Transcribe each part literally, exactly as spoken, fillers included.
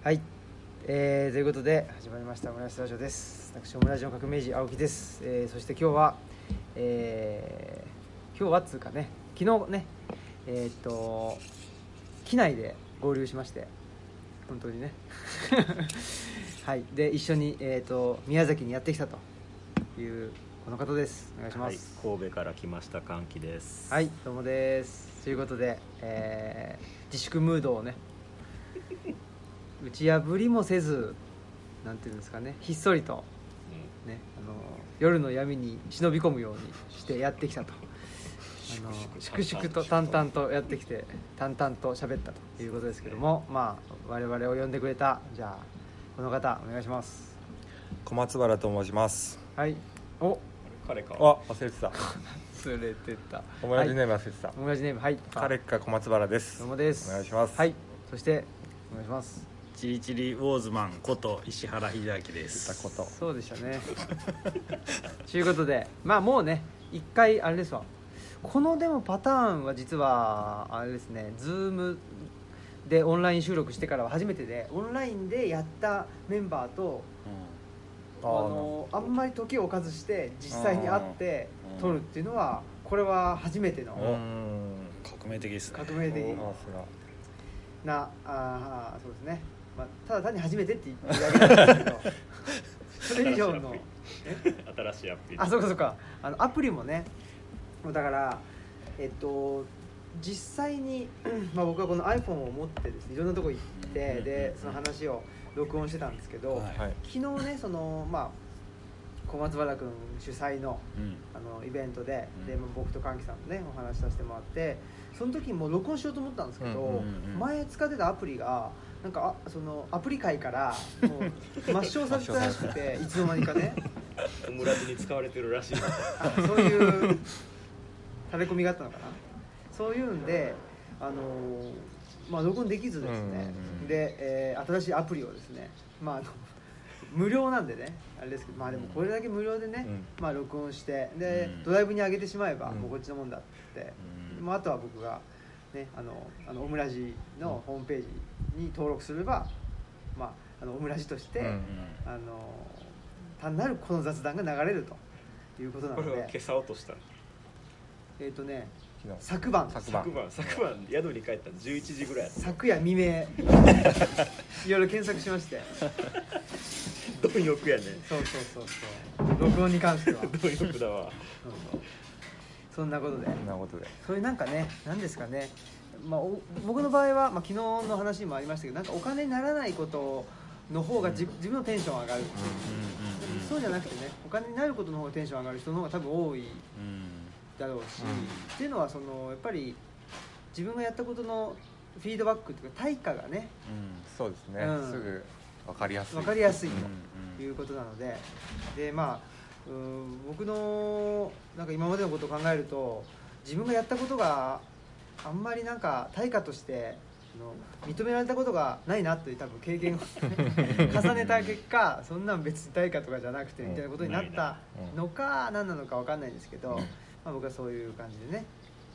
はい、えー、ということで始まりましたオムライスラジオです。私オムライスの革命児青木です。えー、そして今日は、えー、今日はっつうかね昨日ねえー、っと機内で合流しまして本当にねはいで一緒に、えー、っと宮崎にやってきたというこの方です。お願いします。 はい、神戸から来ました歓喜です。 はい、どうもです。ということで、えー、自粛ムードをね打ち破りもせずなんていうんですかね、ひっそりと、うんね、あの夜の闇に忍び込むようにしてやってきたとあの粛々と淡々とやってきて淡々と喋ったということですけども、まあ我々を呼んでくれたじゃあこの方お願いします。 小松原と申します。 はい。お彼か。 あ、忘れてた忘れてた。 オムラジネーム忘れてた、 はい、オムラジネームはい彼か小松原です。 どうもです。 お願いします。 はい。そしてお願いします。 チリチリウォーズマンこと石原秀明です。 ことそうでしたねということでまあもうね一回あれですわ、このでもパターンは実はあれですね、ズームでオンライン収録してからは初めてで、オンラインでやったメンバーと、うん、あのあんまり時を置かずして実際に会って撮るっていうのはこれは初めての革命的ですね。 革命的なあそうですね。まあ、ただ単に初めてって言ってるだけなんですけどそれ以上の新しいアプリ、 あ、そうかそうか、あのアプリもね、だからえっと実際に、まあ、僕はこの iPhone を持ってですねいろんなとこ行って、うん、でその話を録音してたんですけど、はい、昨日ねそのまあ小松原君主催 の,、うん、あのイベントで、うん、で僕と歓喜さんとねお話しさせてもらって、その時も録音しようと思ったんですけど、うんうんうん、前使ってたアプリがなんかあそのアプリ界からもう抹消されてたらしくていつの間にかねオムラジに使われてるらしいあそういうタレコミがあったのかな、そういうんであのまあ録音できずですね、うんうんうん、で、えー、新しいアプリをですね、まああの無料なんでねあれですけど、まあでもこれだけ無料でね、うん、まあ録音してで、うん、ドライブに上げてしまえば、うん、もうこっちのもんだって、うん、まあ、あとは僕がねあのあのオムラジのホームページに登録すれば、まあ、あのオムラジとして、うんうん、あの単なるこの雑談が流れるということなので、 これは消さ落としたえっ、ー、とね昨晩昨晩昨晩昨晩宿に帰ったのじゅういちじぐらい、 昨夜未明いろいろ検索しまして貪欲やね。 そうそうそうそう録音に関しては貪欲だわそうそうそんなことでそんなことでそういうなんかね何ですかね、まあ、僕の場合は、まあ、昨日の話にもありましたけど、なんかお金にならないことの方が 自,、うん、自分のテンション上がる、うんうんうん、そうじゃなくてねお金になることの方がテンション上がる人の方が多分多いだろうし、うん、っていうのはそのやっぱり自分がやったことのフィードバックというか対価がね、 うん、そうですね、うん、すぐ分かりやすい分かりやすいということなので、でまあう僕のなんか今までのことを考えると自分がやったことがあんまりなんか対価としての認められたことがないなという多分経験を重ねた結果そんなん別に対価とかじゃなくてみたいなことになったのか何なのか分かんないんですけど、まあ、僕はそういう感じでね、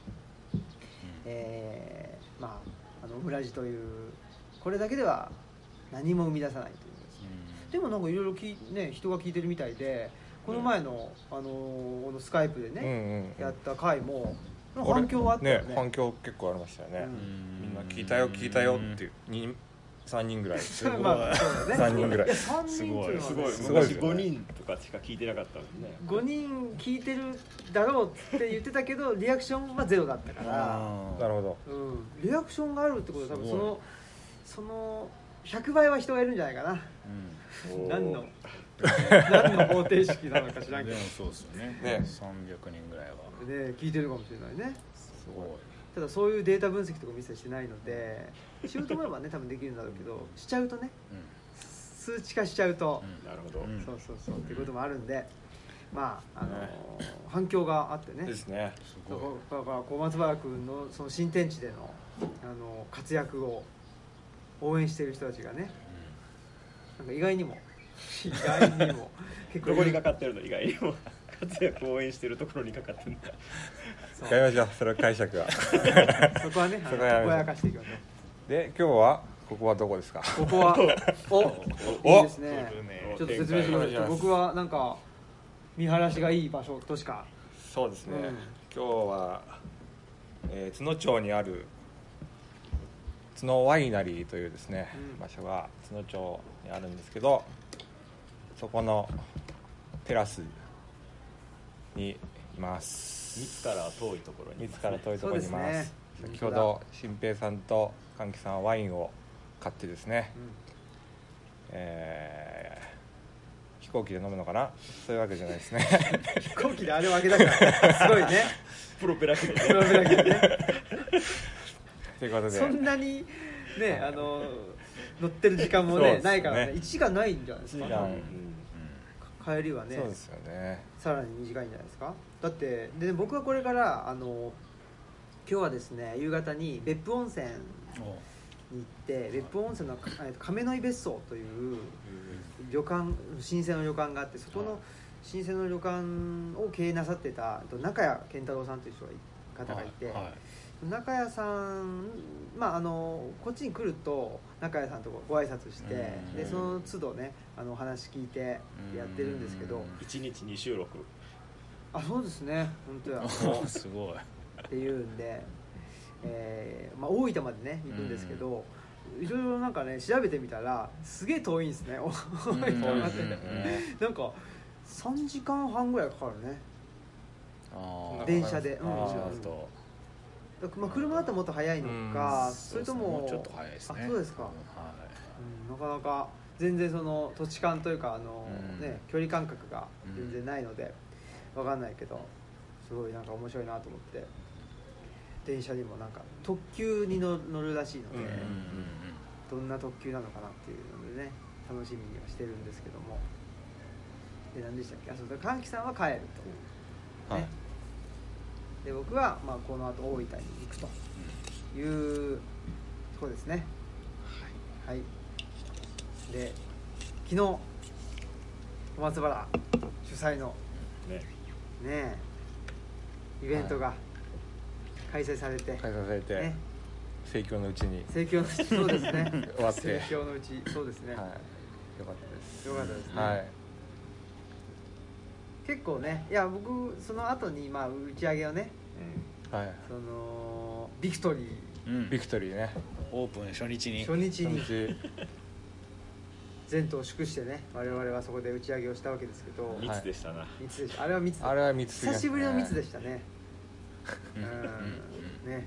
えー、まああのオムラジというこれだけでは何も生み出さないというですね、でもなんかいろいろね人が聞いてるみたいで、この前の、あのー、スカイプでね、うんうんうん、やった回も反響はあったよね。 ね、反響結構ありましたよね、うん、みんな聞いたよ聞いたよっていうさんにんぐらいすごい、まあそうだね、さんにんぐらい、いやさんにんすごいすごいすごい、 昔ごにんとかしか聞いてなかったもんね。 ごにん聞いてるだろうって言ってたけどリアクションはゼロだったから、 なるほど、 うん、リアクションがあるってことは多分そのそのひゃくばいは人がいるんじゃないかな、うん、何の何の方程式なのか知らんけど、 でもそうですよね、ねさんびゃくにんぐらいはで聞いてるかもしれないね。 すごい。 ただそういうデータ分析とか見せしてないのでしようと思えばね多分できるんだろうけどしちゃうとね、うん、数値化しちゃうと、 うん、なるほど、 そうそうそうっていうこともあるんで、まああのーね、反響があってね、 ですね、 すごい。だから小松原君のその新天地での、あのー、活躍を応援している人たちがね、なんか意外にも意外にも結構どこにかかってるの、意外にも活躍を応援してるところにかかってるんだ。 やめましょう、それは解釈がそこはね、ぼやかしていきましょう。 で今日はここはどこですか？ ここはおいいですね。ちょっと説明してください。僕はなんか見晴らしがいい場所としか。 そうですね、 うん、 今日は、えー、津野町にある津野ワイナリーというですね、うん、場所が津野町にあるんですけど、そこのテラスにいます。 三つから遠いところにいます、ね、 三つから遠いところにいます。 ね、 先ほど新平さんと歓喜さんはワインを買ってですね、うん、えー、飛行機で飲むのかな、そういうわけじゃないですね。 飛行機であるわけだからすごいね。 プロペラ機でね。 プロペラ機でね。 ということでそんなにね、あの乗ってる時間も ね, ねないからね、いちじかんないんじゃないですか。いちじかん、うん、帰りはね、 そうですよね、 さらに短いんじゃないですか。だってで僕はこれからあの今日はですね、夕方に別府温泉に行って別府温泉の亀の井別荘という旅館、老舗の旅館があって、そこの老舗の旅館を経営なさってた中谷健太郎さんという人が方がいて、はいはい、中谷さん、まあ、あのこっちに来ると中谷さんとご挨拶して、でその都度ね、あのお話聞いてやってるんですけど、 いちにちに収録、 あ、そうですね、本当やすごいっていうんで、えーまあ、大分までね行くんですけど、いろいろなんかね調べてみたらすげえ遠いんですね。大分までなんかさんじかんはんぐらいかかるね、あ電車で、うん、あまあ、車だともっと早いのか、うん、それとも、 もうちょっと早いですね。 あ、そうですか、はい、うん、なかなか全然その土地感というかあの、うんね、距離感覚が全然ないので分かんないけど、すごいなんか面白いなと思って、電車にもなんか特急に乗るらしいので、うんうんうん、どんな特急なのかなっていうのでね、楽しみにはしてるんですけども、で何でしたっけ、あ、そうだ、歓喜さんは帰ると、ね、はい、で僕はまあこの後大分に行くというとこですね。はい、はい、で昨日小松原主催のねねイベントが開催されて、 開催されて、ね、盛況のうちに盛況のうち、そうですね終わって盛況のうち、そうですね、はい、 よかったですよかったですね、 はい、 結構ね、いや僕その後にまあ打ち上げをね、 はい、 そのビクトリー、 うん、ビクトリーね、 オープン初日に初日に全島を祝してね、我々はそこで打ち上げをしたわけですけど、 密でしたな、 密でした、あれは密、 あれは密、 久しぶりの密でしたね。うんね、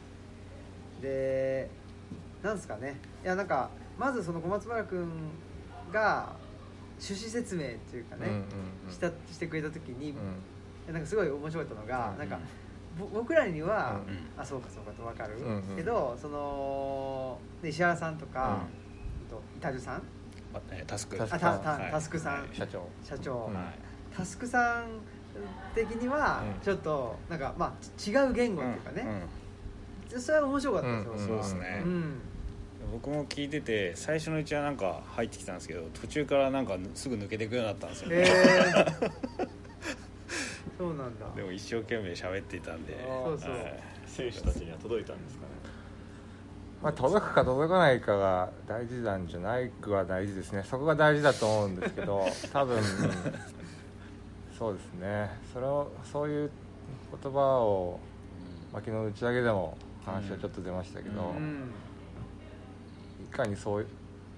でなんですかね、いやなんかまずその小松原くんが趣旨説明っていうかね、うんうんうん、したしてくれた時に、うん、なんかすごい面白かったのが、うんうん、なんか僕らには、うんうん、あ、そうかそうかと分かる、うんうん、けどその石原さんとか、うん、とイタジュさん、 タスク、 あ、タ, タ, タスクさん、はい、 社長社長、 うん、 タスクさん的にはちょっとなんかまあ違う言語っていうかね、うんうん、それは面白かったですよ、 うん、そうですね、うん、僕も聞いてて最初のうちはなんか入ってきたんですけど、途中からなんかすぐ抜けていくようになったんですよね、 えー、そうなんだ。 でも一生懸命喋っていたんで、 そうそう、はい、 選手たちには届いたんですかね。 まあ、届くか届かないかが大事なんじゃないかは大事ですね。そこが大事だと思うんですけど多分、うん、そうですね、それをそういう言葉を、まあ、昨日打ち上げでも話はちょっと出ましたけど、うん、いかにそういう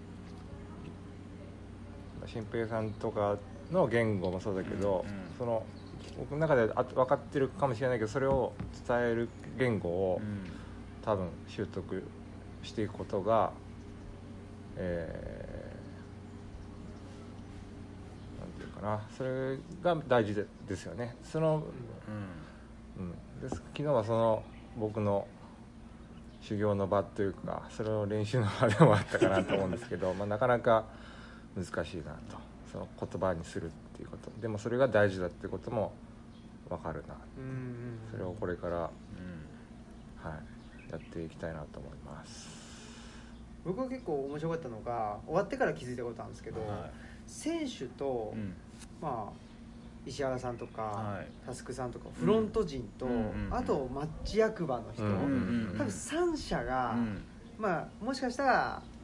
新平さんとかの言語もそうだけど、うんうん、その僕の中で分かってるかもしれないけど、それを伝える言語を、うん、多分習得していくことが、えー、なんていうかな、それが大事でですよね。その、うんうん、です昨日はその僕の修行の場というか、それを練習の場でもあったかなと思うんですけどまあなかなか難しいなと、その言葉にするっていうこと、でもそれが大事だっていうことも分かるな、うんうんうん、それをこれから、うん、はい、やっていきたいなと思います。 僕は結構面白かったのが、終わってから気づいたことなんですけど、はい、選手と、うん、まあ石原さんとか、はい、タスクさんとかフロント陣と、うん、あとマッチ役場の人、うん、多分さん社が、うん、まあもしかしたら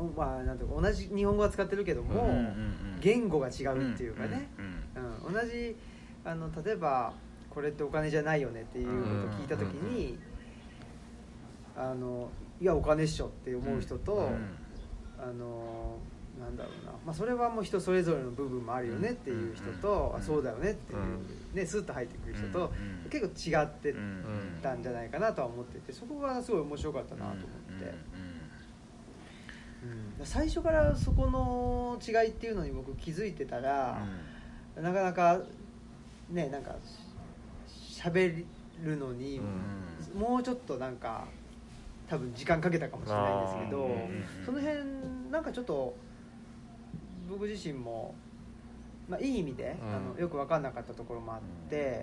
まあ、なんていうか同じ日本語は使ってるけども、 うんうんうん、 言語が違うっていうかね、 うんうん、同じあの例えばこれってお金じゃないよねっていうことを聞いた時に、あのいやお金っしょって思う人と、 うんうん、 あのなんだろうな、まあ、それはもう人それぞれの部分もあるよねっていう人と、 うん、 あそうだよねっていう、 うん、 ね、スーッと入ってくる人と、 うん、 結構違ってたんじゃないかなとは思ってて、そこがすごい面白かったなと思って、うんうん、最初からそこの違いっていうのに僕気づいてたら、うん、なかなかねなんか喋るのに、うん、もうちょっとなんか多分時間かけたかもしれないんですけど、その辺なんかちょっと僕自身も、まあ、いい意味で、うん、あのよく分かんなかったところもあって、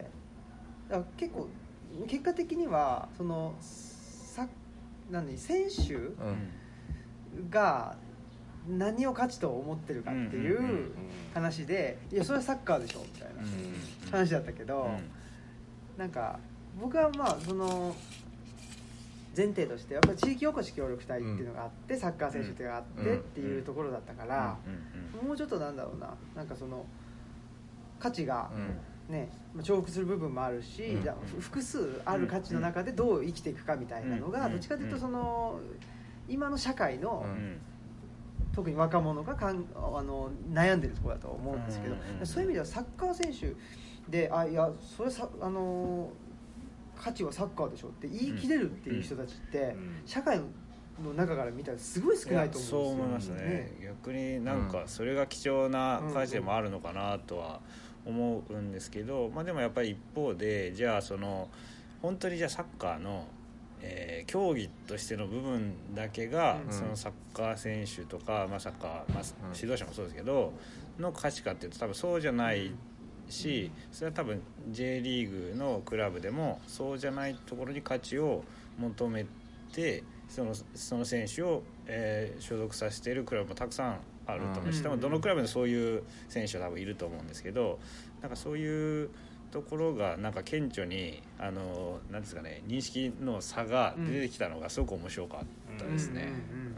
だから結構結果的にはそのさ何選手が何を価値と思ってるかっていう話で、いやそれはサッカーでしょみたいな話だったけど、なんか僕はまあその前提としてやっぱり地域おこし協力隊っていうのがあって、うん、サッカー選手っていうのがあってっていうところだったから、うん、もうちょっとなんだろうな、なんかその価値がね、うん、重複する部分もあるし、うん、複数ある価値の中でどう生きていくかみたいなのが、どっちかというとその今の社会の、うん、特に若者がかんあの悩んでるところだと思うんですけど、うん、そういう意味ではサッカー選手で、あいやそれさあの価値はサッカーでしょって言い切れるっていう人たちって、うん、社会の中から見たらすごい少ないと思うんですよ。 そう思いますね、ね、逆になんかそれが貴重な価値でもあるのかなとは思うんですけど、まあ、でもやっぱり一方でじゃあその本当にじゃあサッカーの、えー、競技としての部分だけが、うん、そのサッカー選手とか、まあ、サッカー、まあ、指導者もそうですけどの価値かっていうと多分そうじゃないし、それは多分 J リーグのクラブでもそうじゃないところに価値を求めてその、その選手を、えー、所属させているクラブもたくさんあると思うし、多分どのクラブでもそういう選手は多分いると思うんですけど、なんかそういうところがなんか顕著にあのなんですかね、認識の差が出てきたのがすごく面白かったですね。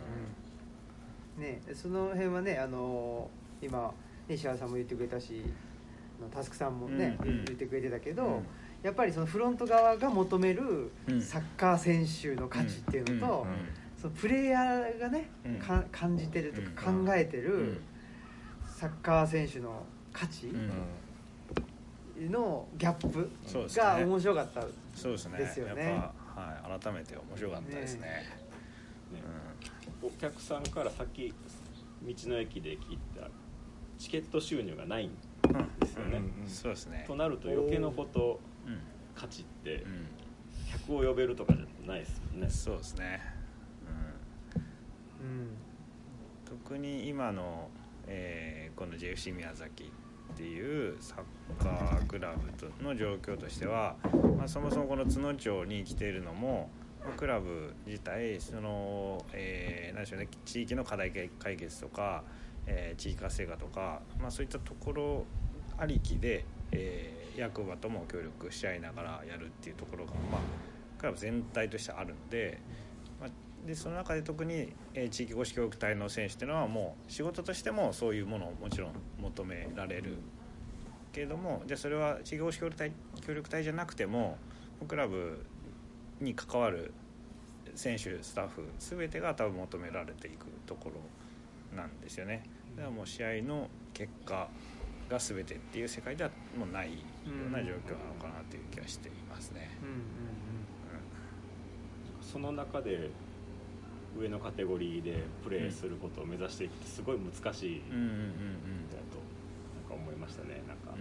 ね、その辺はね、あの今西原さんも言ってくれたしタスクさんもね、うんうん、言ってくれてたけど、うん、やっぱりそのフロント側が求めるサッカー選手の価値っていうのと、うんうん、そのプレイヤーがね、うん、か感じてるとか考えてるサッカー選手の価値のギャップが面白かったですよね。 やっぱ、はい、改めて面白かったですね。ね、 うん、お客さんからさっき道の駅で聞いたチケット収入がないんですよね、 うんうん、そうですね。 となると余計のこと、うん、価値って客を呼べるとかじゃないですもんね。 そうですね、うんうん、特に今の、えー、この ジェイエフシー 宮崎っていうサッカークラブの状況としては、まあ、そもそもこの津野町に来ているのもクラブ自体その、えー、何でしょうね、地域の課題解決とかえー、地域活性化とか、まあ、そういったところありきで、えー、役場とも協力し合いながらやるっていうところが、まあ、クラブ全体としてあるので、まあ、でその中で特に、えー、地域おこし協力隊の選手っていうのはもう仕事としてもそういうものをもちろん求められるけれども、じゃあそれは地域おこし協力隊、協力隊じゃなくてもクラブに関わる選手スタッフ全てが多分求められていくところなんですよね。だからもう試合の結果が全てっていう世界ではもうないような状況なのかなという気がしていますね。うんうんうんうん、 その中で上のカテゴリーでプレーすることを目指していくってすごい難しいだとなんか思いましたね。なんか、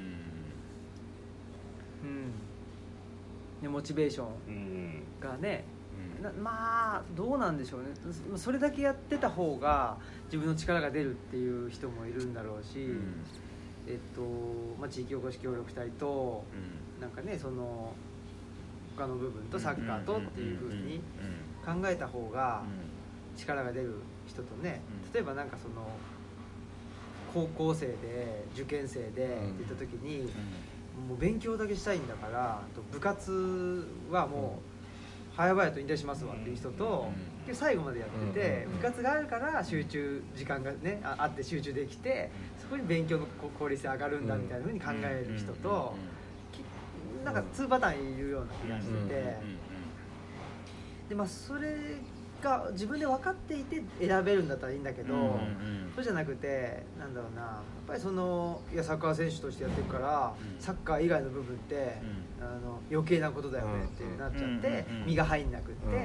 うんうんね、モチベーションがね、うんうん、まあどうなんでしょうね。それだけやってた方が自分の力が出るっていう人もいるんだろうし、うん、えっとまあ、地域おこし協力隊と、うん、なんかねその他の部分とサッカーとっていう風に考えた方が力が出る人とね、例えばなんかその高校生で受験生でって言った時に、うん、もう勉強だけしたいんだから部活はもう早々と引退しますわっていう人と、うん、最後までやってて、うん、部活があるから集中時間がねあって集中できてそこに勉強の効率性上がるんだみたいな風に考える人と、うん、なんかにパターンいるような気がしてて、でまあそれが自分で分かっていて選べるんだったらいいんだけど、うんうん、そうじゃなくてなんだろうな、やっぱりそのいやサッカー選手としてやってるから、うん、サッカー以外の部分って、うん、あの余計なことだよねってなっちゃって、うん、身が入んなくって、うん、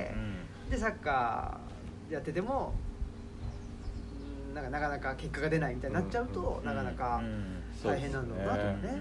でサッカーやっててもなんかなかなか結果が出ないみたいになっちゃうと、うん、なかなか大変なんだろうなと思うね、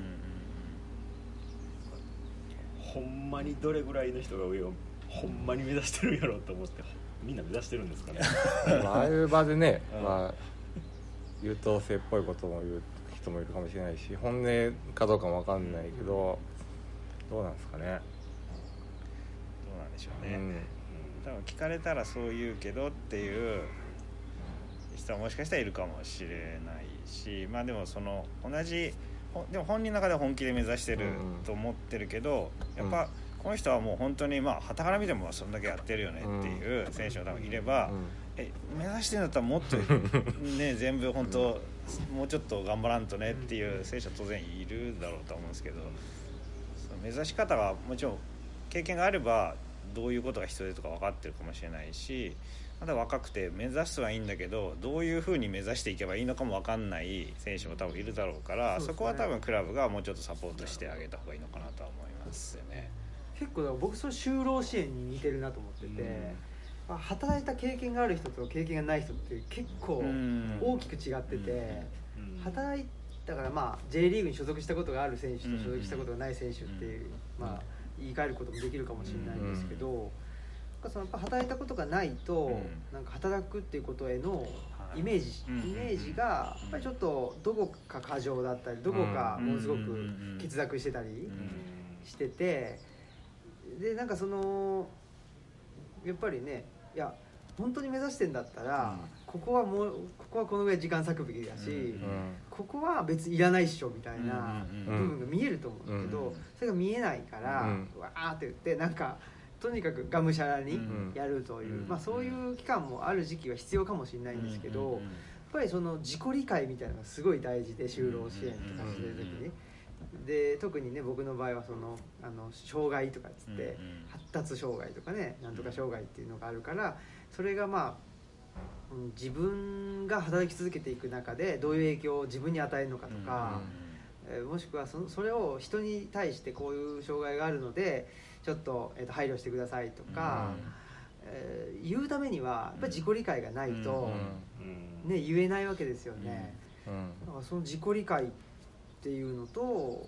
ほんまにどれぐらいの人が上をほんまに目指してるんやろうと思ってみんな目指してるんですかねああいう場でね、まあ、優等生っぽいことも言う人もいるかもしれないし本音かどうかも分かんないけど、どうなんですかね。どうなんでしょうね、うん、多分聞かれたらそう言うけどっていう人はもしかしたらいるかもしれないし、まあでもその同じでも本人の中では本気で目指してると思ってるけど、うん、やっぱ、うんこの人はもう本当にまあ傍から見てもそんだけやってるよねっていう選手が多分いれば、うん、え目指してるんだったらもっとね全部本当もうちょっと頑張らんとねっていう選手は当然いるだろうと思うんですけど、その目指し方がもちろん経験があればどういうことが必要でとか分かってるかもしれないし、まだ若くて目指すはいいんだけどどういうふうに目指していけばいいのかも分かんない選手も多分いるだろうから、 そ, そこは多分クラブがもうちょっとサポートしてあげた方がいいのかなとは思いますよね。 結構だから僕それ就労支援に似てるなと思ってて、うんまあ、働いた経験がある人と経験がない人って結構大きく違ってて、うん、働いたからまあ J リーグに所属したことがある選手と所属したことがない選手っていう、まあ、言い換えることもできるかもしれないんですけど、うん、そのやっぱ働いたことがないとなんか働くっていうことへのイメージ、イメージがやっぱりちょっとどこか過剰だったりどこかものすごく欠落してたりしてて、でなんかそのやっぱりねいや本当に目指してんだったら、うん、ここはもうここはこのぐらい時間割くべきだし、うん、ここは別にいらないっしょみたいな部分が見えると思うんだけど、うん、それが見えないから、うん、わーって言ってなんかとにかくがむしゃらにやるという、うんまあ、そういう期間もある時期は必要かもしれないんですけど、やっぱりその自己理解みたいなのがすごい大事で就労支援とかしてる時に。で特にね僕の場合はそのあの障害とかっつって、うんうん、発達障害とかねなんとか障害っていうのがあるからそれがまあ、うん、自分が働き続けていく中でどういう影響を自分に与えるのかとか、うんうん、えー、もしくは そ, それを人に対してこういう障害があるのでちょっと、えー、と配慮してくださいとか、うんえー、言うためにはやっぱり自己理解がないと、うんね、言えないわけですよね、うんうん、だからその自己理解っていうのと、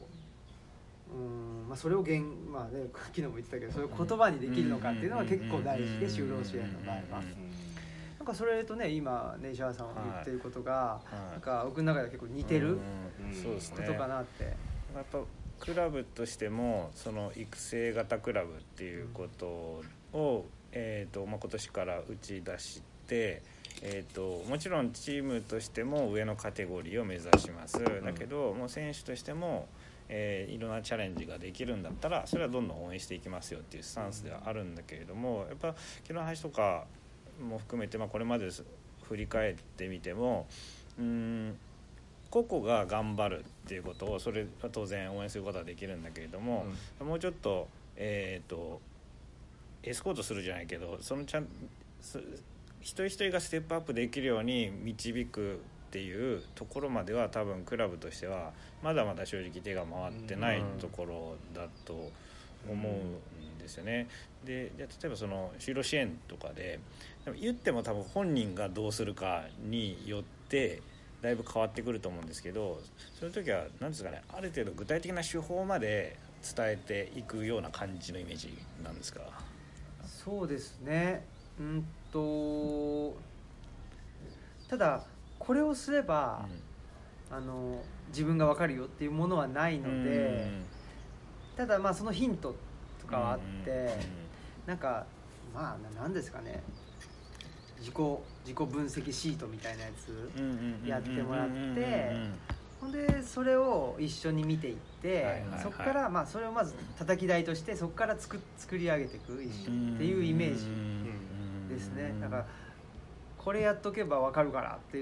うんまあ、それを言、まあね、昨日も言ってたけどそれを言葉にできるのかっていうのが結構大事で就労支援の場合はなんかそれとね今ね石原さんが言ってることが、はい、なんか僕の中では結構似てることかなって、 やっぱクラブとしてもその育成型クラブっていうことを、えーとまあ、今年から打ち出してえー、ともちろんチームとしても上のカテゴリーを目指します。だけど、うん、もう選手としても、えー、いろんなチャレンジができるんだったらそれはどんどん応援していきますよっていうスタンスではあるんだけれども、やっぱ昨日の話とかも含めて、まあ、これまで振り返ってみてもうーん個々が頑張るっていうことをそれは当然応援することはできるんだけれども、うん、もうちょっと、えー、とエスコートするじゃないけどそのちゃん一人一人がステップアップできるように導くっていうところまでは多分クラブとしてはまだまだ正直手が回ってないところだと思うんですよね。で、例えばその就労支援とかで言っても多分本人がどうするかによってだいぶ変わってくると思うんですけど、そういう時は何ですかね、ある程度具体的な手法まで伝えていくような感じのイメージなんですか？ そうですね。うんとただこれをすれば、うん、あの自分が分かるよっていうものはないので、ただまあそのヒントとかはあって、うんうん、なんかまあ何ですかね、自己自己分析シートみたいなやつやってもらって、 ほんでそれを一緒に見ていって、 はいはいはい、 そこからまあそれをまず叩き台としてそこから作作り上げていく一緒にっていうイメージですね。だからこれやっとけば分かるからって言って、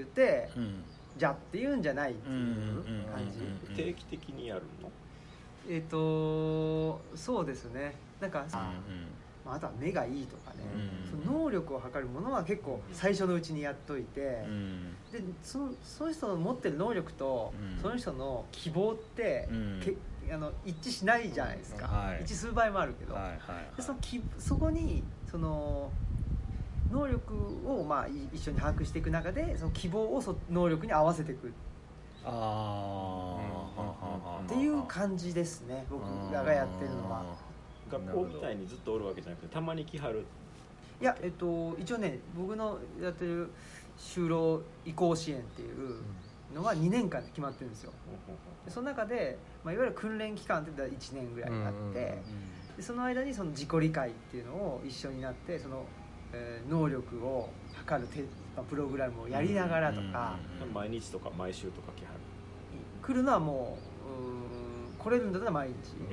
うん、じゃっていうんじゃないっていう感じ。 定期的にやるの？ えっとそうですね。なんか、うんうん、まあ、あとは目がいいとかね、うん、その能力を測るものは結構最初のうちにやっといて、うん、で そ, のその人の持ってる能力と、うん、その人の希望って、うん、けあの一致しないじゃないですか、はい、一致する場合もあるけど、はいはいはい、で そ, のそこにその能力をまあ一緒に把握していく中でその希望をそ能力に合わせていくあ、うん、っていう感じですね、僕らがやってるのは。 学校みたいにずっとおるわけじゃなくてたまに来はる？ いや、えっと、一応ね僕のやってる就労移行支援っていうのはにねんかんで決まってるんですよ。でその中で、まあ、いわゆる訓練期間っていちねんぐらいあって、でその間にその自己理解っていうのを一緒になってその、えー、能力を測るテプログラムをやりながらとか、 うんうん、毎日とか毎週とか来はる？ 来るのはもう、うーん来れるんだったら毎日、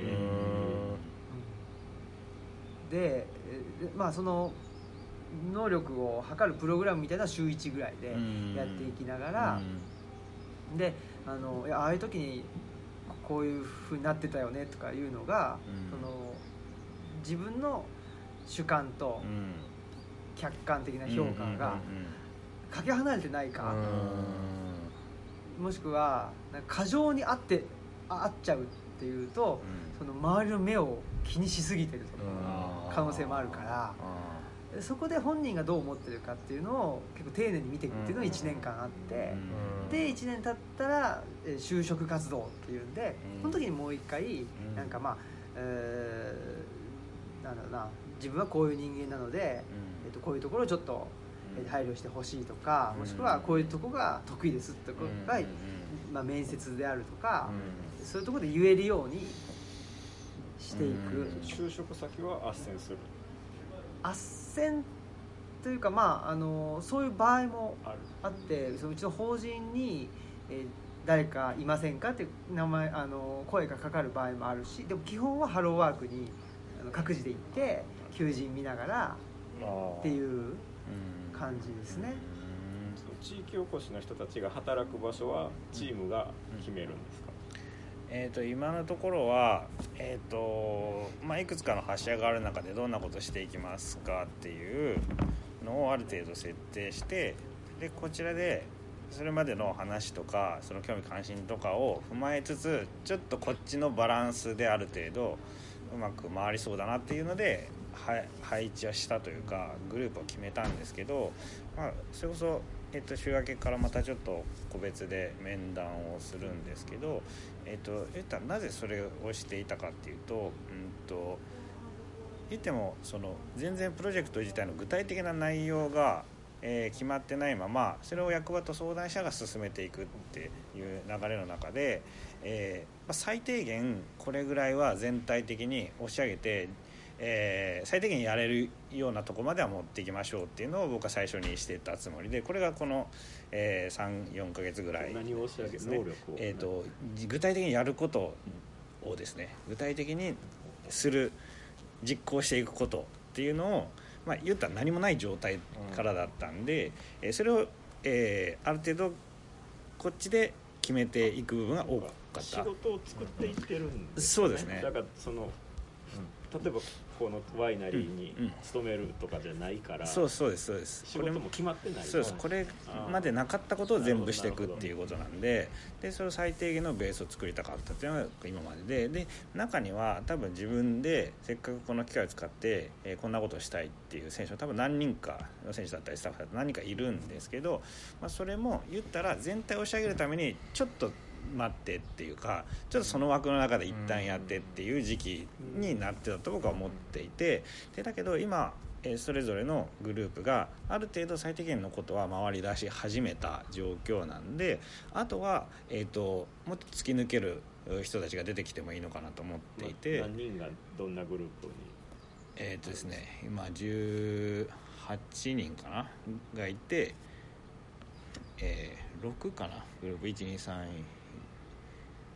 で, でまあその能力を測るプログラムみたいなのは週いちぐらいでやっていきながら、であのいやああいう時にこういう風になってたよねとかいうのが、その自分の主観と客観的な評価がかけ離れてないか、もしくはなんか過剰に合って合っちゃうっていうと、その周りの目を気にしすぎてるとか可能性もあるから、そこで本人がどう思ってるかっていうのを結構丁寧に見ていくっていうのがいちねんかんあって、でいちねん経ったら就職活動っていうんで、その時にもう一回なんかまあ、えー、なんだろうな、自分はこういう人間なので、えっと、こういうところをちょっと配慮してほしいとか、もしくはこういうところが得意ですってところが、まあ、面接であるとか、そういうところで言えるようにしていく。 就職先は斡旋する？ 斡旋というか、まあ、あのそういう場合もあって、そのうちの法人に、えー、誰かいませんかって名前あの声がかかる場合もあるし、でも基本はハローワークにあの各自で行って求人見ながらっていう感じですね。 地域おこしの人たちが働く場所はチームが決めるんですか？ えー、と今のところは、えーとまあ、いくつかの柱がある中でどんなことをしていきますかっていうのをある程度設定して、でこちらでそれまでの話とかその興味関心とかを踏まえつつ、ちょっとこっちのバランスである程度うまく回りそうだなっていうので配置はしたというかグループを決めたんですけど、まあ、それこそ、えっと、週明けからまたちょっと個別で面談をするんですけど、えっと、言ったらなぜそれをしていたかっていうと、うんと言ってもその全然プロジェクト自体の具体的な内容が、えー、決まってないままそれを役場と相談者が進めていくっていう流れの中で、えーまあ、最低限これぐらいは全体的に押し上げて、えー、最低限やれるようなとこまでは持っていきましょうっていうのを僕は最初にしてたつもりで、これがこの、えー、さん、よんかげつぐらい、 何を押し上げる、能力を、 えーと、具体的にやることをですね、具体的にする実行していくことっていうのを、まあ、言ったら何もない状態からだったんで、うん、それを、えー、ある程度こっちで決めていく部分が多かった。 仕事を作っていってるんですね。 そうですね。 だからその、うん、例えばこのワイナリーに勤めるとかじゃないから、うんうん、 そうそうですそうです。 仕事も決まってない。 そうです。これまでなかったことを全部していくっていうことなんで、でそれを最低限のベースを作りたかったっていうのが今までで、で中には多分自分でせっかくこの機会を使って、えー、こんなことをしたいっていう選手は多分何人かの選手だったりスタッフだったり何人かいるんですけど、まあ、それも言ったら全体を押し上げるためにちょっと待ってっていうか、ちょっとその枠の中で一旦やってっていう時期になってたと僕は思っていて、でだけど今それぞれのグループがある程度最低限のことは回り出し始めた状況なんで、あとは、えーと、もっと突き抜ける人たちが出てきてもいいのかなと思っていて、 何人がどんなグループにえっとですね今じゅうはちにんかながいて、えー、ろくかなグループいちにさん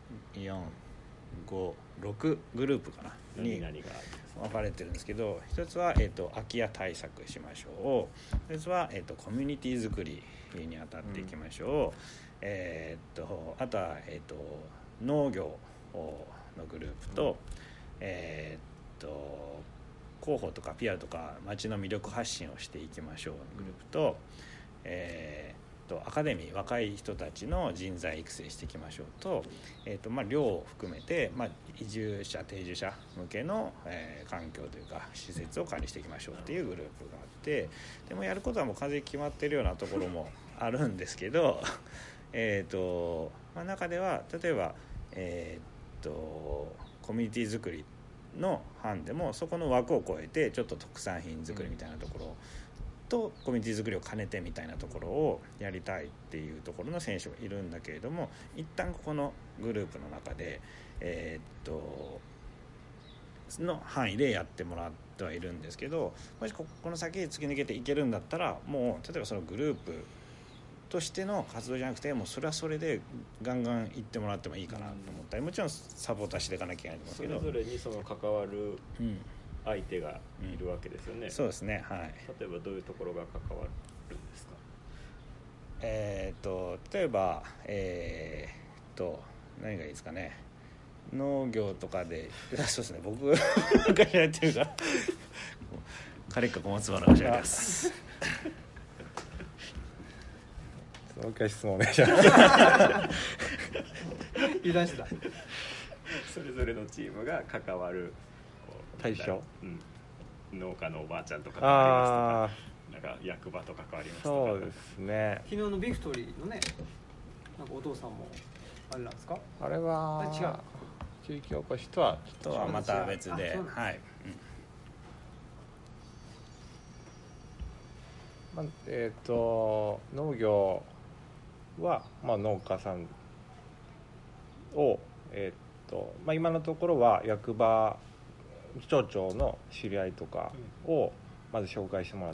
よん、ご、ろくグループかなに何々が分かれてるんですけど、一つは、えー、と空き家対策しましょう、一つは、えー、とコミュニティ作りに当たっていきましょう、うん、えー、とあとは、えー、と農業のグループと、うん、えー、と広報とか ピーアール とか街の魅力発信をしていきましょうのグループと、えーとアカデミー若い人たちの人材育成していきましょうと、えーとまあ、寮を含めて、まあ、移住者定住者向けの、えー、環境というか施設を管理していきましょうっていうグループがあって、でもやることはもう完全に決まってるようなところもあるんですけどえと、まあ、中では例えば、えー、とコミュニティ作りの班でもそこの枠を超えてちょっと特産品作りみたいなところを、うんとコミュニティ作りを兼ねてみたいなところをやりたいっていうところの選手がいるんだけれども、一旦このグループの中でえー、っとの範囲でやってもらってはいるんですけど、もしこの先突き抜けていけるんだったらもう例えばそのグループとしての活動じゃなくてもうそれはそれでガンガン行ってもらってもいいかなと思ったり、もちろんサポーターしていかなきゃいけないんですけど、 それぞれにその関わる、うん相手がいるわけですよね、 うん、そうですね、はい。 例えばどういうところが関わるんですか？ えー、と例えばえー、と何がいいですかね、農業とかでそうですね、僕がやってるからカレッカ小松原がやりますもう一回質問お願いします油断してた。 それぞれのチームが関わる対象、 うん、農家のおばあちゃんとか関わりますとか、なんか役場と関わりますとか。 そうですね。 昨日のビクトリーのね、なんかお父さんもあれなんですか？ あれはあれ違う地域おこしとはとはまた別で、はい、 うん、まあ、えっ、ー、と農業は、まあ、農家さんを、えーとまあ、今のところは役場町長の知り合いとかをまず紹介してもらって、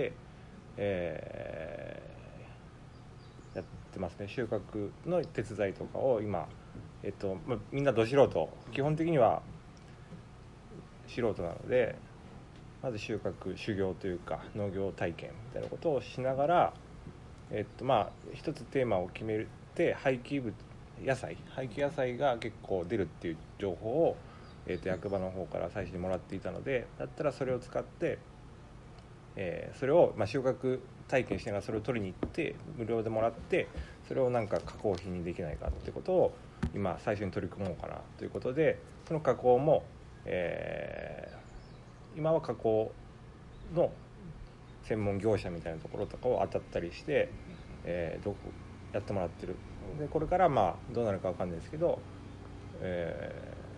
えー、やってますね。収穫の手伝いとかを今、えっとまあ、みんなど素人、基本的には素人なので、まず収穫修行というか農業体験みたいなことをしながら、えっとまあ、一つテーマを決めて廃棄物野菜廃棄野菜が結構出るっていう情報をえー、と役場の方から最初にもらっていたので、だったらそれを使って、えー、それを、まあ、収穫体験しながらそれを取りに行って無料でもらって、それをなんか加工品にできないかってことを今最初に取り組もうかなということで、その加工も、えー、今は加工の専門業者みたいなところとかを当たったりして、えー、どこやってもらってる。でこれからまあどうなるか分かんないですけど、えー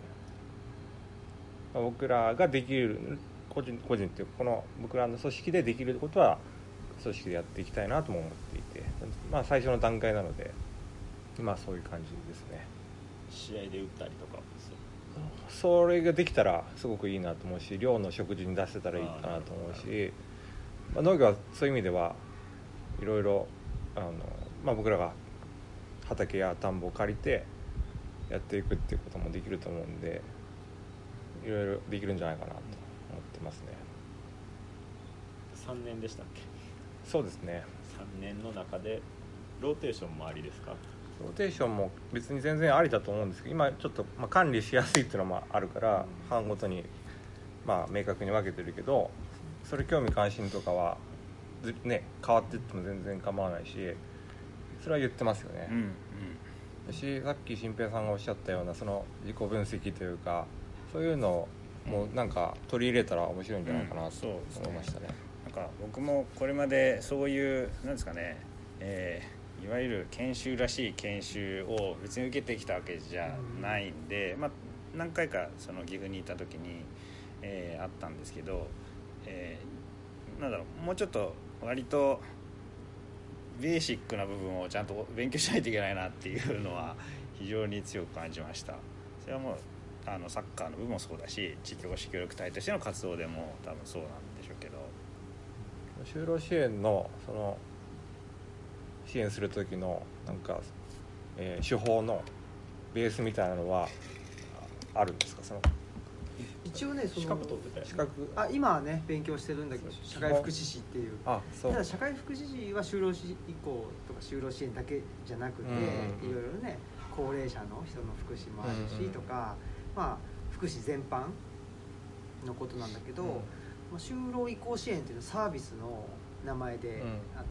僕らができる個人個人っていうこの僕らの組織でできることは組織でやっていきたいなとも思っていて、まあ最初の段階なので今そういう感じですね。 試合で打ったりとかそれができたらすごくいいなと思うし、寮の食事に出せたらいいかなと思うし、まあ、農業はそういう意味ではいろいろあの、まあ、僕らが畑や田んぼを借りてやっていくっていうこともできると思うんで、いろいろできるんじゃないかなと思ってますね。 さんねんでしたっけ？ そうですね。 さんねんの中でローテーションもありですか？ ローテーションも別に全然ありだと思うんですけど、今ちょっと、まあ、管理しやすいっていうのもあるから班ごとに、まあ、明確に分けてるけど、それ興味関心とかは、ね、変わっていっても全然構わないし、それは言ってますよね、うんうん、しさっき新平さんがおっしゃったようなその自己分析というかそういうのもなんか取り入れたら面白いんじゃないかなと思いましたね、 うん、なんか僕もこれまでそういうなんですかね、えー、いわゆる研修らしい研修を別に受けてきたわけじゃないんで、まあ、何回かその岐阜にいた時に、えー、あったんですけど、えー、なんだろうもうちょっと割とベーシックな部分をちゃんと勉強しないといけないなっていうのは非常に強く感じました。それはもうあのサッカーの部分もそうだし、地域おこし協力隊としての活動でも多分そうなんでしょうけど、 就労支援のその支援する時のなんか、えー、手法のベースみたいなのはあるんですか？その一応ねその資格取ってたよね。 資格あ今はね勉強してるんだけど社会福祉士っていう。 あそうただ社会福祉士は就労移行とか就労支援だけじゃなくて、 うんいろいろね高齢者の人の福祉もあるし、 うんとか、まあ福祉全般のことなんだけど、 うんまあ、就労移行支援っていうのはサービスの名前であって、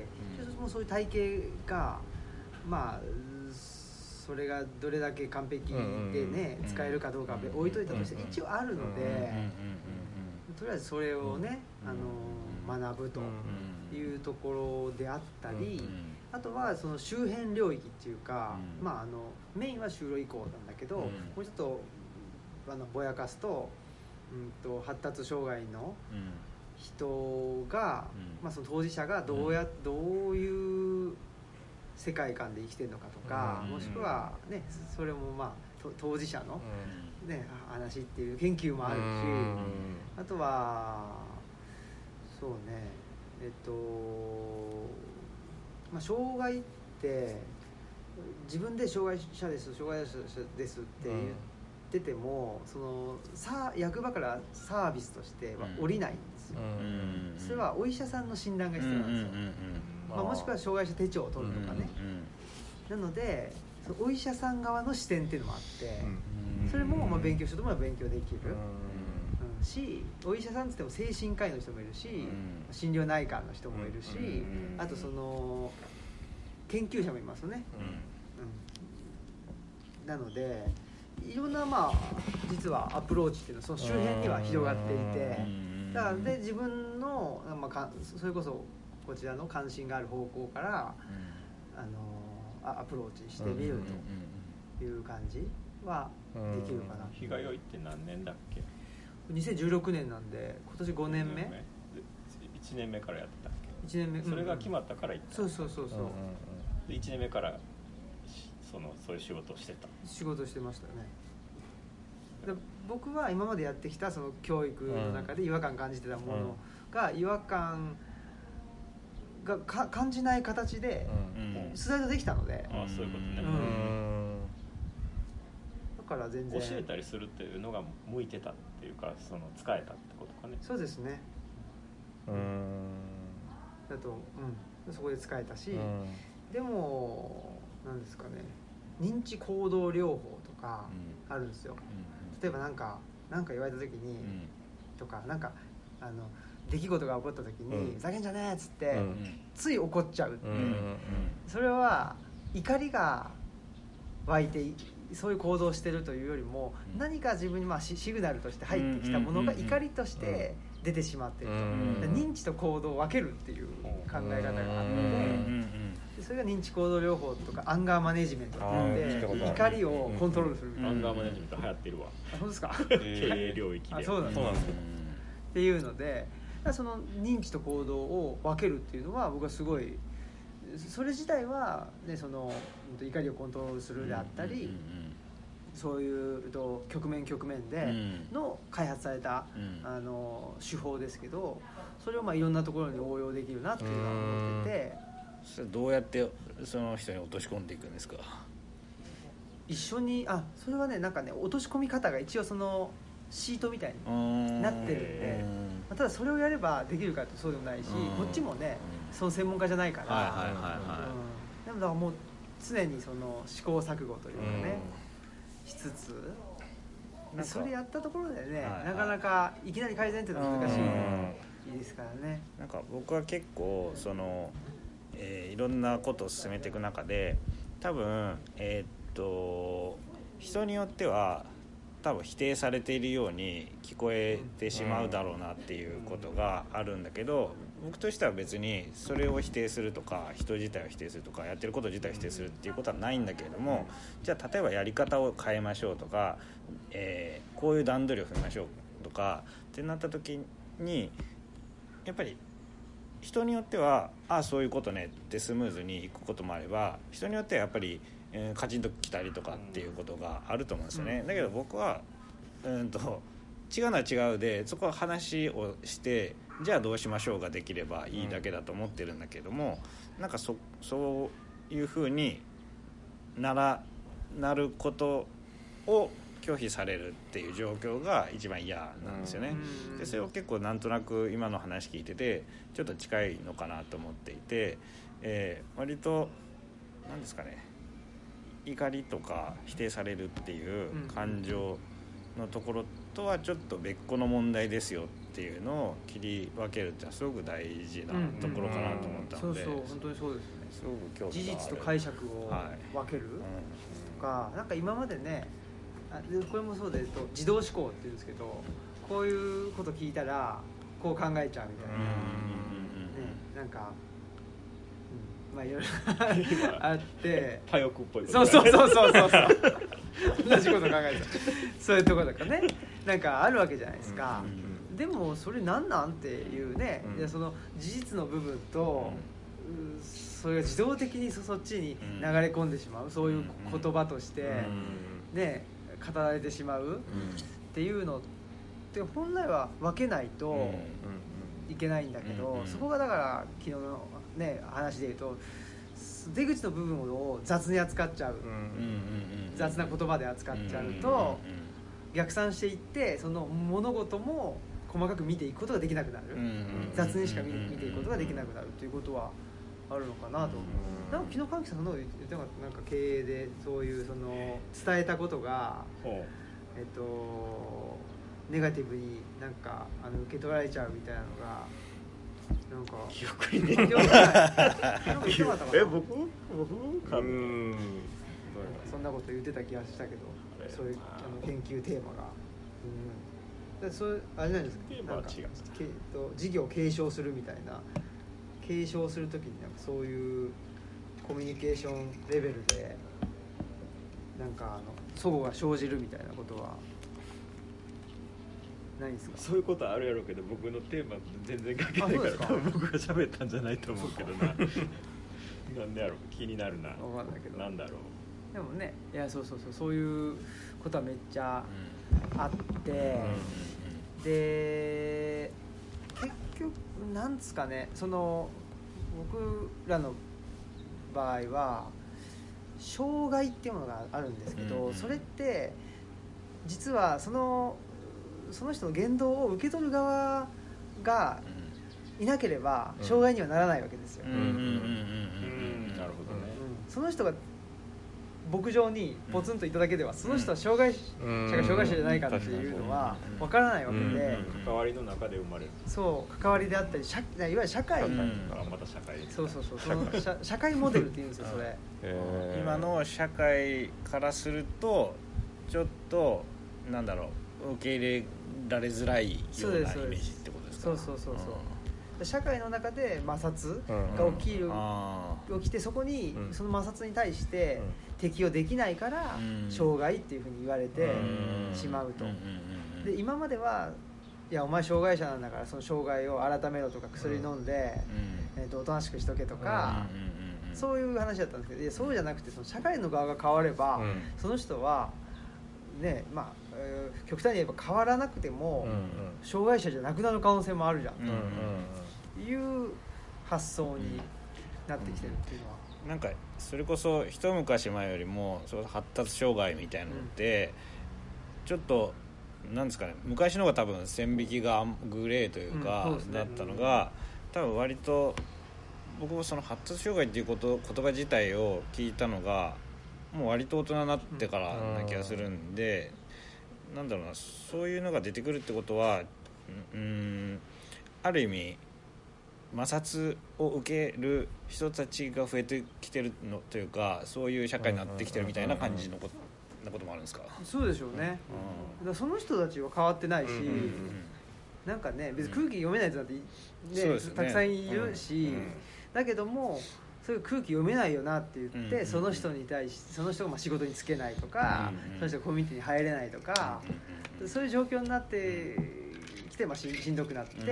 うん、もうそういう体系がまあそれがどれだけ完璧でね、うん、使えるかどうかは置いといたとして一応あるので、とりあえずそれをね、あの学ぶというところであったり、あとはその周辺領域っていうか、まあ、あのメインは就労移行なんだけど、もうちょっとあのぼやかすと、うんと発達障害の人が、まあ、その当事者がどうや、どういう世界観で生きてるのかとか、もしくは、ね、それも、まあ、当事者の、ね、話っていう研究もあるし、あとはそうねえっと、まあ、障害って自分で障害者です障害者ですって言ってても、そのさ役場からサービスとしては降りないんですよ。それはお医者さんの診断が必要なんですよ。まあ、もしくは障害者手帳を取るとかね、なのでそのお医者さん側の視点っていうのもあって、それもまあ勉強しようと思えば勉強できる、うん、し、お医者さんって言っても精神科医の人もいるし、心療内科の人もいるし、あとその研究者もいますよね、うん、なのでいろんなまあ実はアプローチっていうのはその周辺には広がっていて、だからで自分の、まあ、かそれこそこちらの関心がある方向から、うん、あのアプローチしてみるという感じはできるかな。 日がよいって何年だっけ？ にせんじゅうろくねんなんで今年ごねんめ。いちねんめからやってたっけ？ いちねんめ。 それが決まったから行った。 そうそうそうそう。 でいちねんめからそのそういう仕事をしてた。 仕事してましたね。で僕は今までやってきたその教育の中で違和感感じてたものが違和感がか感じない形でスライドできたので、 ああそういうことね、 うん、だから全然教えたりするっていうのが向いてたっていうか、その使えたってことかね。 そうですね、うん、だと、うん、そこで使えたし、でもなんですかね、認知行動療法とかあるんですよ、例えばなんかなんか言われた時に、とかなんかあの出来事が起こった時に、ふざけんじゃねえっつって、うん、つい怒っちゃうって、うんうんうん、それは怒りが湧いてそういう行動をしてるというよりも、うん、何か自分にまあシグナルとして入ってきたものが怒りとして出てしまっていると、うんうんうん、認知と行動を分けるっていう考え方があって、うんうんうん、それが認知行動療法とかアンガーマネジメントって言って、怒りをコントロールするみたいな、 アンガーマネジメント流行ってるわ。 あ、そうですか。 経営領域で。 あ、そうなんですね。っていうので、その認知と行動を分けるっていうのは僕はすごい、それ自体は、ね、その怒りをコントロールするであったり、うんうんうん、そういうと局面局面での開発された、うん、あの手法ですけど、それをまあいろんなところに応用できるなっていうのは思ってて、 それどうやってその人に落とし込んでいくんですか？ 一緒に、あ、それはね、なんかね、落とし込み方が一応そのシートみたいになってるんで、まあ、ただそれをやればできるかってそうでもないし、こっちもねその専門家じゃないから、はいはいはいはい、でもだからもう常にその試行錯誤というかね、しつつ、それやったところでね、はいはい、なかなかいきなり改善っていうのは難しいですからね。 なんか僕は結構その、えー、いろんなことを進めていく中で、多分えー、っと人によっては多分否定されているように聞こえてしまうだろうなっていうことがあるんだけど、僕としては別にそれを否定するとか人自体を否定するとかやってること自体を否定するっていうことはないんだけれども、じゃあ例えばやり方を変えましょうとか、えー、こういう段取りを踏みましょうとかってなった時に、やっぱり人によってはああそういうことねってスムーズにいくこともあれば、人によってはやっぱりえー、カチンと来たりとかっていうことがあると思うんですよね、うん、だけど僕はうんと違うのは違うで、そこは話をしてじゃあどうしましょうができればいいだけだと思ってるんだけども、なんか そ, そういう風にならなることを拒否されるっていう状況が一番嫌なんですよね。でそれを結構なんとなく今の話聞いててちょっと近いのかなと思っていて、えー、割と何ですかね、怒りとか否定されるっていう感情のところとはちょっと別個の問題ですよっていうのを切り分けるってのはすごく大事なところかなと思ったので、 そうそう本当にそうですね。 すごく興味がある。 事実と解釈を分けるとか、なんか今までね、あこれもそうでと自動思考っていうんですけど、こういうこと聞いたらこう考えちゃうみたいな、ね、なんか、うん、まあいろいろあってパヨクっぽいこと、 そうそうそうそうそうそう同じこと考えちゃうそういうところとかね、なんかあるわけじゃないですか。でもそれなんなんっていうね、うん、いやその事実の部分と、うん、それが自動的に そ, そっちに流れ込んでしまう、そういう言葉として、ね、語られてしまうっていうのって本来は分けないといけないんだけど、そこがだから昨日の、ね、話で言うと出口の部分を雑に扱っちゃう、雑な言葉で扱っちゃうと逆算していって、その物事も細かく見ていくことができなくなる、雑にしか 見, 見ていくことができなくなるということはあるのかなと思う。なんか昨日神木さんの言ってなかった、なんか経営でそういうその伝えたことが、えっとネガティブになんかあの受け取られちゃうみたいなのがなんか記憶にねえ僕僕かうんそんなこと言ってた気がしたけど、そういうあの研究テーマが、うん、でそうあれなんですか、 テーマは違う、 けと事業を継承するみたいな、継承するときになんかそういうコミュニケーションレベルでなんかあの齟齬が生じるみたいなことはないですか？ そういうことあるやろうけど、僕のテーマ全然関係ないから多分僕が喋ったんじゃないと思うけどななんでやろう、気になるな。 分かんないけど、 なんだろう。 でもね、いやそうそうそう、そういうことはめっちゃあって、うん、で結局なんですかね、その僕らの場合は障害っていうものがあるんですけど、うん、それって実はそのその人の言動を受け取る側がいなければ障害にはならないわけですよ。なるほどね。その人が牧場にポツンといただけでは、その人は障害者が障害者じゃないかっていうのは分からないわけで、 関わりの中で生まれる、 そう関わりであったり、いわゆる社会、 また社会、 そうそうそう、その 社, 社会モデルっていうんですよそれ。 今の社会からするとちょっとなんだろう、受け入れられづらいようなイメージってことですか？ そうそうそうそう、うん、社会の中で摩擦が起きる、うん、起きてそこに、うん、その摩擦に対して適応できないから、うん、障害っていうふうに言われてしまうと、うん、で今まではいやお前障害者なんだからその障害を改めろとか薬飲んで、うん、えー、とおとなしくしとけとか、うん、そういう話だったんですけど、いやそうじゃなくてその社会の側が変われば、うん、その人はね、まあえー、極端に言えば変わらなくても、うんうん、障害者じゃなくなる可能性もあるじゃんと、うんうん、いう発想になってきてるっていうのは、 なんかそれこそ一昔前よりもその発達障害みたいなのって、うん、ちょっとなんですかね、昔の方が多分線引きがグレーというか、うん、そうですね、だったのが、多分割と僕もその発達障害っていうこと言葉自体を聞いたのがもう割と大人になってからな気がするんで、うん、なんだろうな、そういうのが出てくるってことは、うーん、ある意味摩擦を受ける人たちが増えてきてるのというか、そういう社会になってきてるみたいな感じのことなこともあるんですか？ そうでしょうね、うん、だからその人たちは変わってないし、うんうんうん、なんかね、別に空気読めない人なんて、ね、うん、たくさんいるし、うんうん、だけどもそういう空気読めないよなって言って、うんうん、その人に対してその人がまあ仕事に就けないとか、うんうん、その人がコミュニティに入れないとか、うんうん、そういう状況になってきて、まあ、し, しんどくなって、うんうん、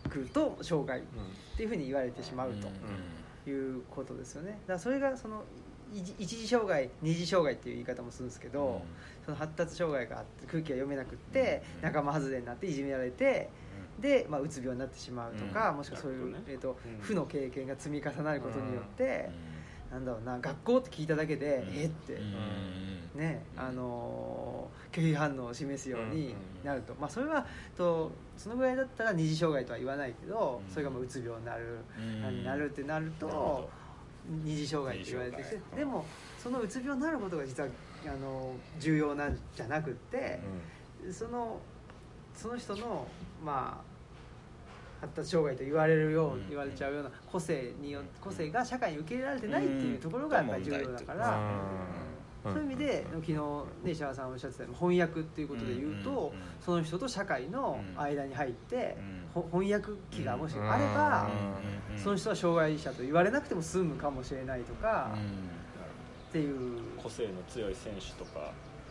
くると障害っていうふうに言われてしまうということですよね。だからそれがその一次障害二次障害っていう言い方もするんですけど、うん、その発達障害があって空気が読めなくって、うん、仲間外れになっていじめられて、で、まあ、うつ病になってしまうとか、うん、もしくはそういう、えーと、負の経験が積み重なることによって、 なんだろうな、学校って聞いただけで、 うん、 えって、うん、ね、あの拒否反応を示すようになると、まあ、それはとそのぐらいだったら二次障害とは言わないけど、それがまあうつ病になる、うん、なるってなると二次障害って言われてきて、でもそのうつ病になることが実はあの重要なんじゃなくって、うん、そのその人のまあ発達障害と言われるよう、うん、言われちゃうような個性によ個性が社会に受け入れられてないっていうところがやっぱり重要だから、うん、そういう意味で昨日ね石原さんおっしゃってたように翻訳っていうことで言うと、その人と社会の間に入って、翻訳機がもしあれば、その人は障害者と言われなくても済むかもしれないとか、っていう個性の強い選手とかが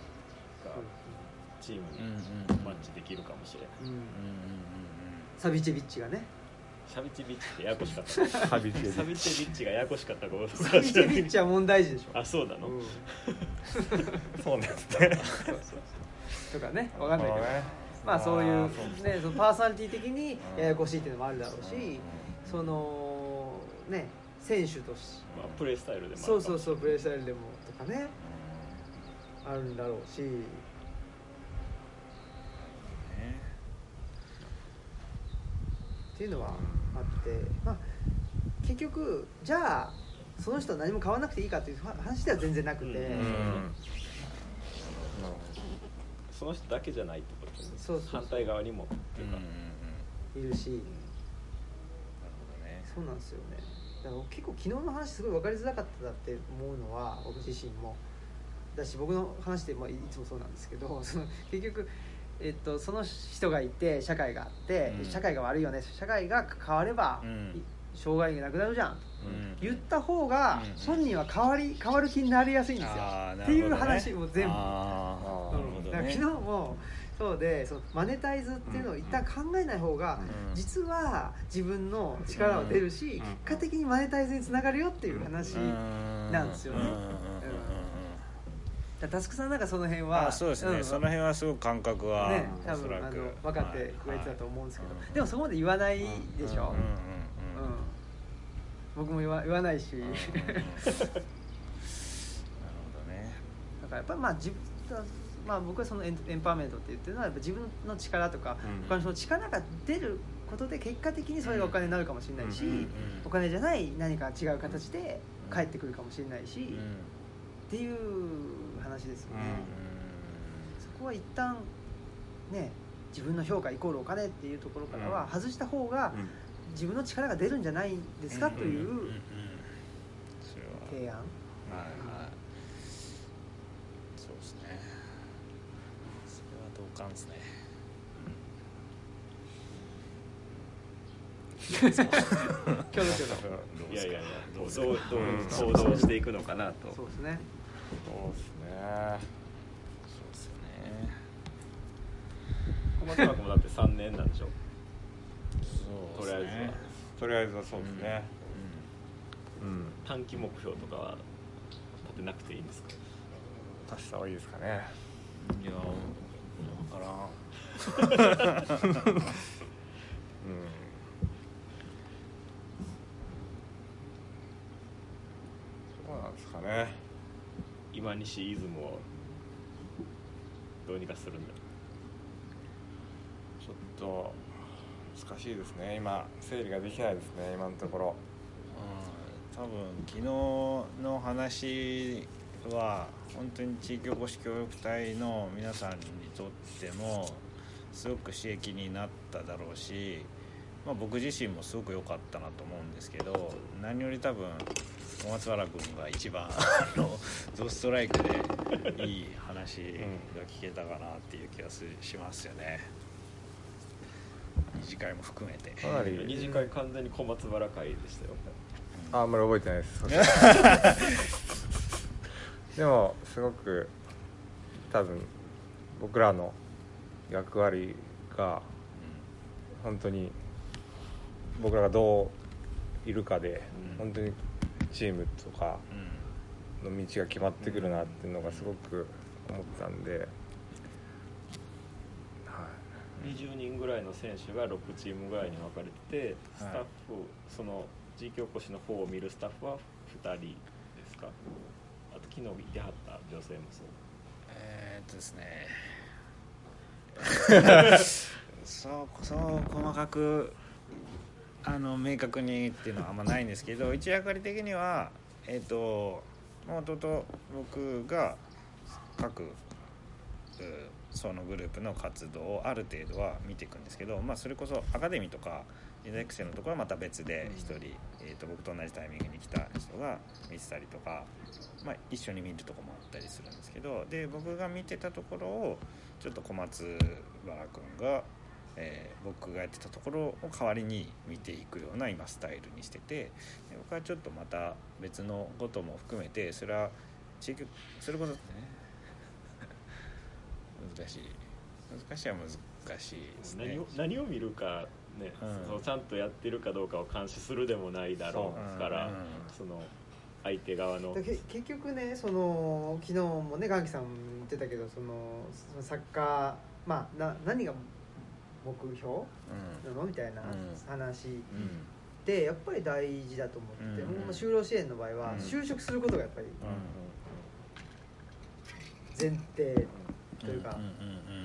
チームにマッチできるかもしれない。うんうんうん、 サビチェビッチがね、 サビチェビッチってややこしかったサビチェビッチがややこしかったこと、 サビチェビッチは問題児でしょ。 あ、そうなの、うん、 そうなんですねとかね、分かんないけど、ね、まあそういうね、そのパーソナリティ的にややこしいっていうのもあるだろうし、そのね選手として、 まあ、プレースタイルでもあるかそうそうそう、プレースタイルでもとかね、あるんだろうし、っていうのはあって、まあ、結局じゃあその人は何も買わなくていいかという話では全然なくて、うんうん、 その人だけじゃないってことですね。 そうそうそう、 反対側にもっていうか、 うんうん、いるし、なるほどね、そうなんですよね。だから結構昨日の話すごい分かりづらかったって思うのは僕自身もだし、僕の話で、まあ、いつもそうなんですけど、その結局えっと、その人がいて社会があって、うん、社会が悪いよね、社会が変われば、うん、障害がなくなるじゃん、うん、言った方が本人は変わり変わる気になりやすいんですよ、ね、っていう話も全部、あ、うん、だから昨日もそうで、そのマネタイズっていうのを一旦考えない方が、うん、実は自分の力は出るし、うん、結果的にマネタイズにつながるよっていう話なんですよね。タスクさんなんかその辺は、 あ、そうですね、うん、その辺はすごく感覚は、ね、 多分あの分かってくれてたと思うんですけど、はいはい、でもそこまで言わないでしょ、うんうんうんうん、僕も言わ、言わないし、うんうん、なるほどね。だからやっぱりまあ自分、まあ、僕はそのエン、エンパワーメントって言ってるのはやっぱ自分の力とか、うん、他の人の力が出ることで結果的にそれがお金になるかもしれないし、うんうんうん、お金じゃない何か違う形で返ってくるかもしれないし、うん、っていう話ですよね、うん、そこは一旦ね、自分の評価イコールお金っていうところからは外した方が自分の力が出るんじゃないですかという提案。はいはい、 そうですね、それは同感ですね。 キョロキョロいやいやいや、どうどう行動していくのかなと。 そうですね、 そうですね、 そうですね。 小松原君もだってさんねんなんでしょ。 そうですね、 とりあえずはとりあえずはそうですね、 うんうん、短期目標とかは立てなくていいんですか。 立てた方がいいですかね。 いや分からんうん、 そうなんですかね。 今西イズムをどうにかするんだ。 ちょっと難しいですね、今整理ができないですね、今のところ。 うん、多分昨日の話は本当に地域おこし協力隊の皆さんにとってもすごく刺激になっただろうし、まあ、僕自身もすごく良かったなと思うんですけど、何より多分小松原君が一番あのドストライクでいい話が聞けたかなっていう気がしますよね。二次会も含めて。 かなり二次会完全に小松原会でしたよ。 あんまり覚えてないですでもすごく多分僕らの役割が本当に僕らがどういるかで本当にチームとかの道が決まってくるなっていうのがすごく思ったんで、 はい、にじゅうにんぐらいの選手がろくチームぐらいに分かれてて、スタッフ、その地域おこしの方を見るスタッフはふたりですか？あと昨日いてはった女性もそうえー、っとですねそうそう細かくあの明確にっていうのはあんまないんですけど一役割的にはえー、っともともと僕が各そのグループの活動をある程度は見ていくんですけど、まあ、それこそアカデミーとか人材育成のところはまた別で一人、えー、と僕と同じタイミングに来た人が見てたりとか、まあ、一緒に見るところもあったりするんですけどで僕が見てたところをちょっと小松原君が、えー、僕がやってたところを代わりに見ていくような今スタイルにしてて僕はちょっとまた別のことも含めてそれは地域それこそね難しい難しいは難しいですね。 何を、何を見るかね、うん、そのちゃんとやってるかどうかを監視するでもないだろうから、うん、その相手側の結局ねその昨日もねガンキさん言ってたけどそのそのサッカーまあな何が目標なの、うん、みたいな話でやっぱり大事だと思ってて、うん、もう就労支援の場合は就職することがやっぱり前提というか、うんうんうん、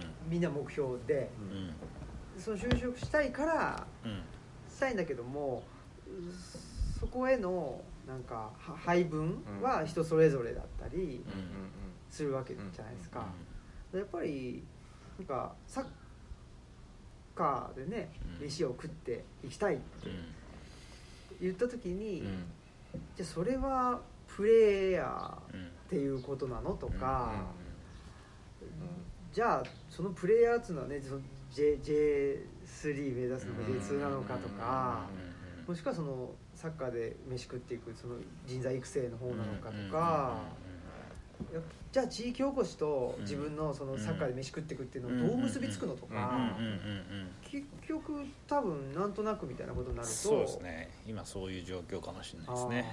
みんな目標で、うん、その就職したいから、うん、したいんだけどもそこへのなんか配分は人それぞれだったりするわけじゃないですか。やっぱりなんかサッカーでね飯を食っていきたいって言った時に、うん、じゃあそれはプレイヤーっていうことなのとか、うんうんうん、じゃあそのプレイヤーっていうのはね J、ジェイスリー 目指すのか ジェイツー なのかとか、もしくはそのサッカーで飯食っていくその人材育成の方なのかとか、じゃあ地域おこしと自分のそのサッカーで飯食っていくっていうのをどう結びつくのとか、結局多分なんとなくみたいなことになるとそうですね今そういう状況かもしれないですね。うん、ね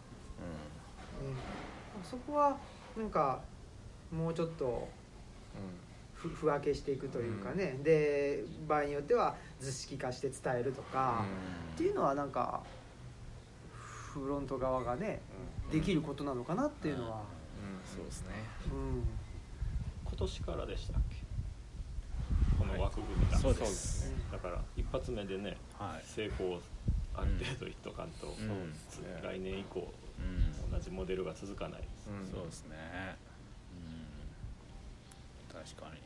そこはなんかもうちょっとふふ分けしていくというかね、うん、で場合によっては図式化して伝えるとか、うん、っていうのはなんかフロント側がね、うん、できることなのかなっていうのは、 うん、そうですね、 うん、 今年からでしたっけこの枠組みが、はい、 そうです、 だから一発目でね、はい、成功ある程度いっとかんと、うん、来年以降、うん、同じモデルが続かないです、 うん、そうですね、うん、確かに。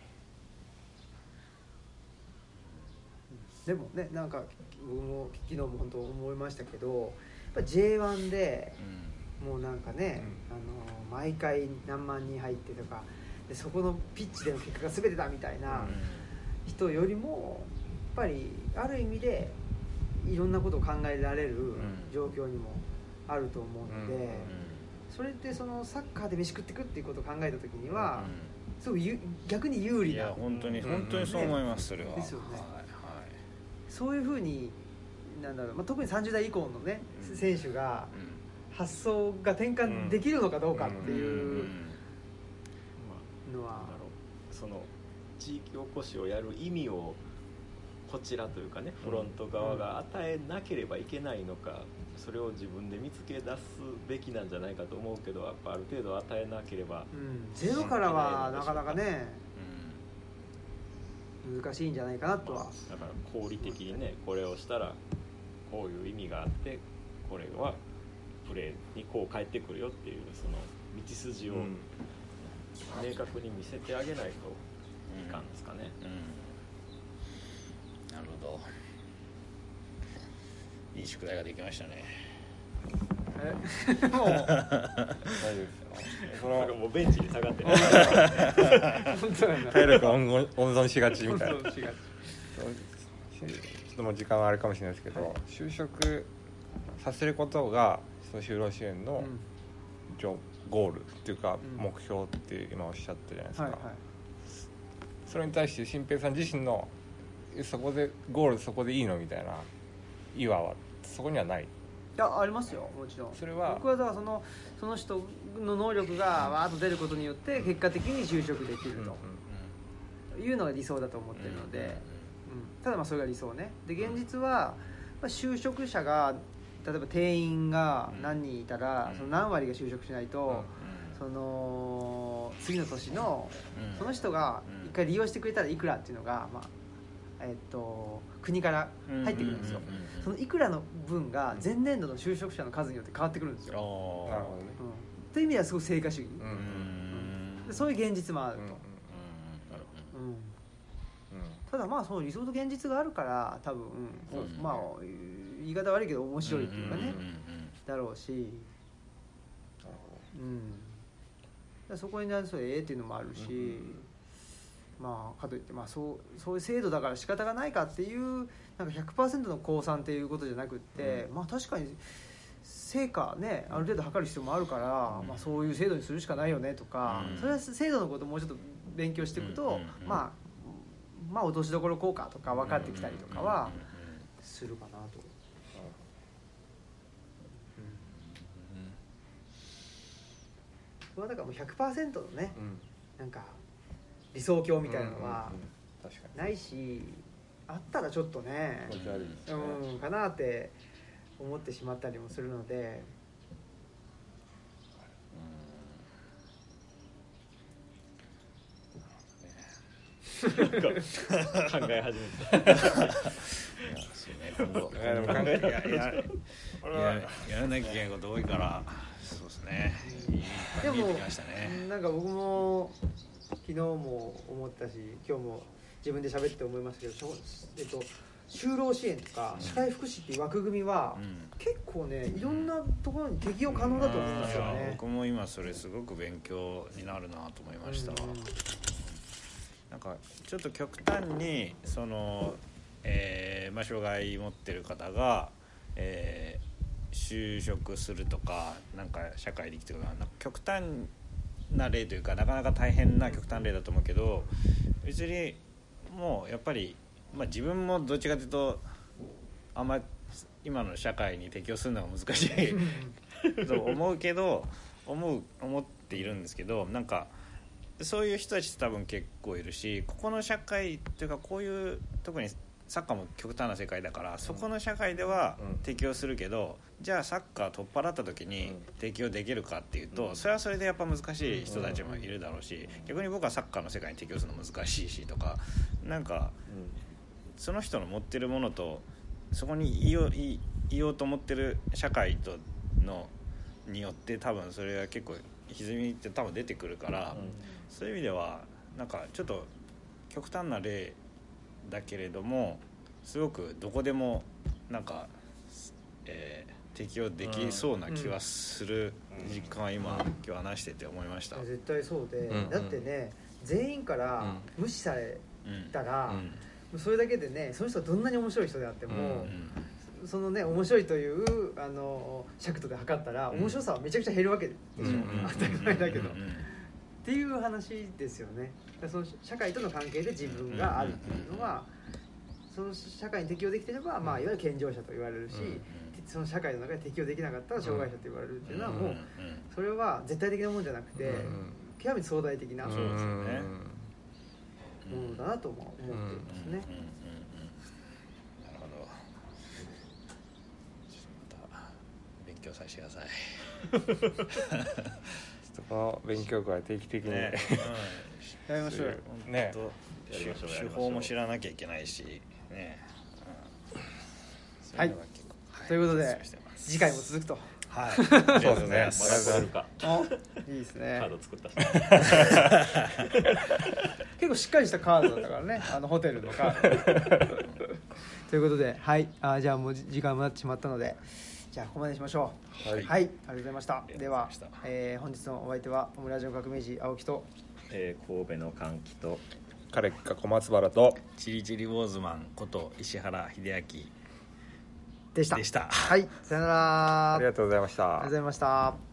でもねなんか僕も昨日も本当思いましたけどやっぱ ジェイワン で、うん、もうなんかね、うん、あの毎回何万人入ってとかでそこのピッチでの結果が全てだみたいな人よりもやっぱりある意味でいろんなことを考えられる状況にもあると思うので、うんうん、それってそのサッカーで飯食っていくっていうことを考えた時には、うん、すごく逆に有利な。 いや本当に本当にそう思います、それは。 ですよね。そういうふうになんだろう、まあ、特にさんじゅう代以降のね、うん、選手が発想が転換できるのかどうかっていうのは、 その地域おこしをやる意味をこちらというかねフロント側が与えなければいけないのか、それを自分で見つけ出すべきなんじゃないかと思うけどやっぱある程度与えなければ、 うん、ゼロからはなかなかね難しいんじゃないかなとは。 だから合理的にねこれをしたらこういう意味があってこれはプレーにこう返ってくるよっていうその道筋を明確に見せてあげないといかんですかね、うんうん、なるほど。いい宿題ができましたね。 えもう大丈夫ですよ。 そのなんかもうベンチに下がってる体力温存しがちみたいな。ちょっともう時間はあるかもしれないですけど、はい、就職させることがその就労支援の、うん、ゴールっていうか、うん、目標って今おっしゃったじゃないですか、はいはい、それに対して新平さん自身のそこでゴールそこでいいのみたいな岩はそこにはない。 いやありますよもちろん。 それは僕はだからそのその人の能力がわーっと出ることによって結果的に就職できるというのが理想だと思ってるので、うん、ただまあそれが理想ね。で現実は就職者が例えば定員が何人いたら、 うん、 その何割が就職しないと、 うん、 その次の年の、 うん、 その人が一回利用してくれたらいくらっていうのが、まあえっと、国から入ってくるんですよ、 うんうんうんうん、 そのいくらの分が前年度の就職者の数によって変わってくるんですよ。 なるほどね、 うん、という意味ではすごく成果主義、 うんうん、 でそういう現実もあると、 うんうんうん、ただまあその理想と現実があるから多分、うん、まあ言い方悪いけど面白いっていうかね、うんうんうんうん、だろうし、うん、だそこになるとええっていうのもあるし、うんうん、まあかといって、まあ、そうそういう制度だから仕方がないかっていうなんか ひゃくパーセント の公算っていうことじゃなくって、うん、まあ確かに成果ねある程度測る必要もあるから、うん、まあ、そういう制度にするしかないよねとか、うん、それは制度のことをもうちょっと勉強していくと、うんうんうん、まあまあ落としどころ効果とか分かってきたりとかはするかなと。これはだからもう ひゃくパーセント のね、うん、なんか理想郷みたいなのはないし、あったらちょっとね、うんかなって思ってしまったりもするので、 考え始めた。 今後ややらなきゃいけないこと多いからそうですね。 でもなんか僕も昨日も思ったし今日も自分で喋って思いましたけど、えっと就労支援とか社会福祉っていう枠組みは、うん、結構ねいろんなところに適用可能だと思うんですよね。 僕も今それすごく勉強になるなと思いました。うん、なんかちょっと極端にその、えーまあ、障害持ってる方が、えー、就職するとかなんか社会で生きてるかな、極端な例というかなかなか大変な極端例だと思うけど、別にもうやっぱり、まあ、自分もどっちかというとあんまり今の社会に適応するのが難しいと思うけど思う思っているんですけど、なんかそういう人たちって多分結構いるし、ここの社会というかこういう特にサッカーも極端な世界だから、そこの社会では適応するけど、うん、じゃあサッカー取っ払った時に適応できるかっていうと、それはそれでやっぱ難しい人たちもいるだろうし、逆に僕はサッカーの世界に適応するの難しいしとか、なんかその人の持ってるものとそこにいよう、いようと思ってる社会とのによって多分それは結構歪みって多分出てくるから、うん、そういう意味ではなんかちょっと極端な例だけれどもすごくどこでもなんか、えー、適用できそうな気はする実感は今、うん、今日話してて思いました。 絶対そうで、うん、だってね全員から無視されたら、うん、それだけでねその人はどんなに面白い人であっても、うん、そのね面白いというあの尺度で測ったら面白さはめちゃくちゃ減るわけでしょ、うん、当たり前だけど、うん、っていう話ですよね。その社会との関係で自分があるっていうのは、その社会に適応できてれば、まあ、いわゆる健常者と言われるし、その社会の中で適応できなかったら障害者と言われるっていうのはもうそれは絶対的なものじゃなくて極めて相対的なものだなとも思っていますね。なるほど。ちょっとまた勉強させてください。 この勉強会定期的に、ねうん、やりましょうよ、 ね、 手法も知らなきゃいけないし、ねうん、はい、はい、ということで次回も続くと、 はい、 そうですね、まだいいですね、 カード作った結構しっかりしたカードだったからね、あのホテルのカードということで、はい、あじゃあもう時間もなってしまったのでじゃあここまでにしましょう。はい、はい、ありがとうございました。では、えー、本日のお相手はオムラジオ革命児青木と、 えー、神戸の歓喜とカレッカ小松原とチリチリウォーズマンこと石原秀明でした。 でした。 はい、さよなら。 ありがとうございました。 ありがとうございました。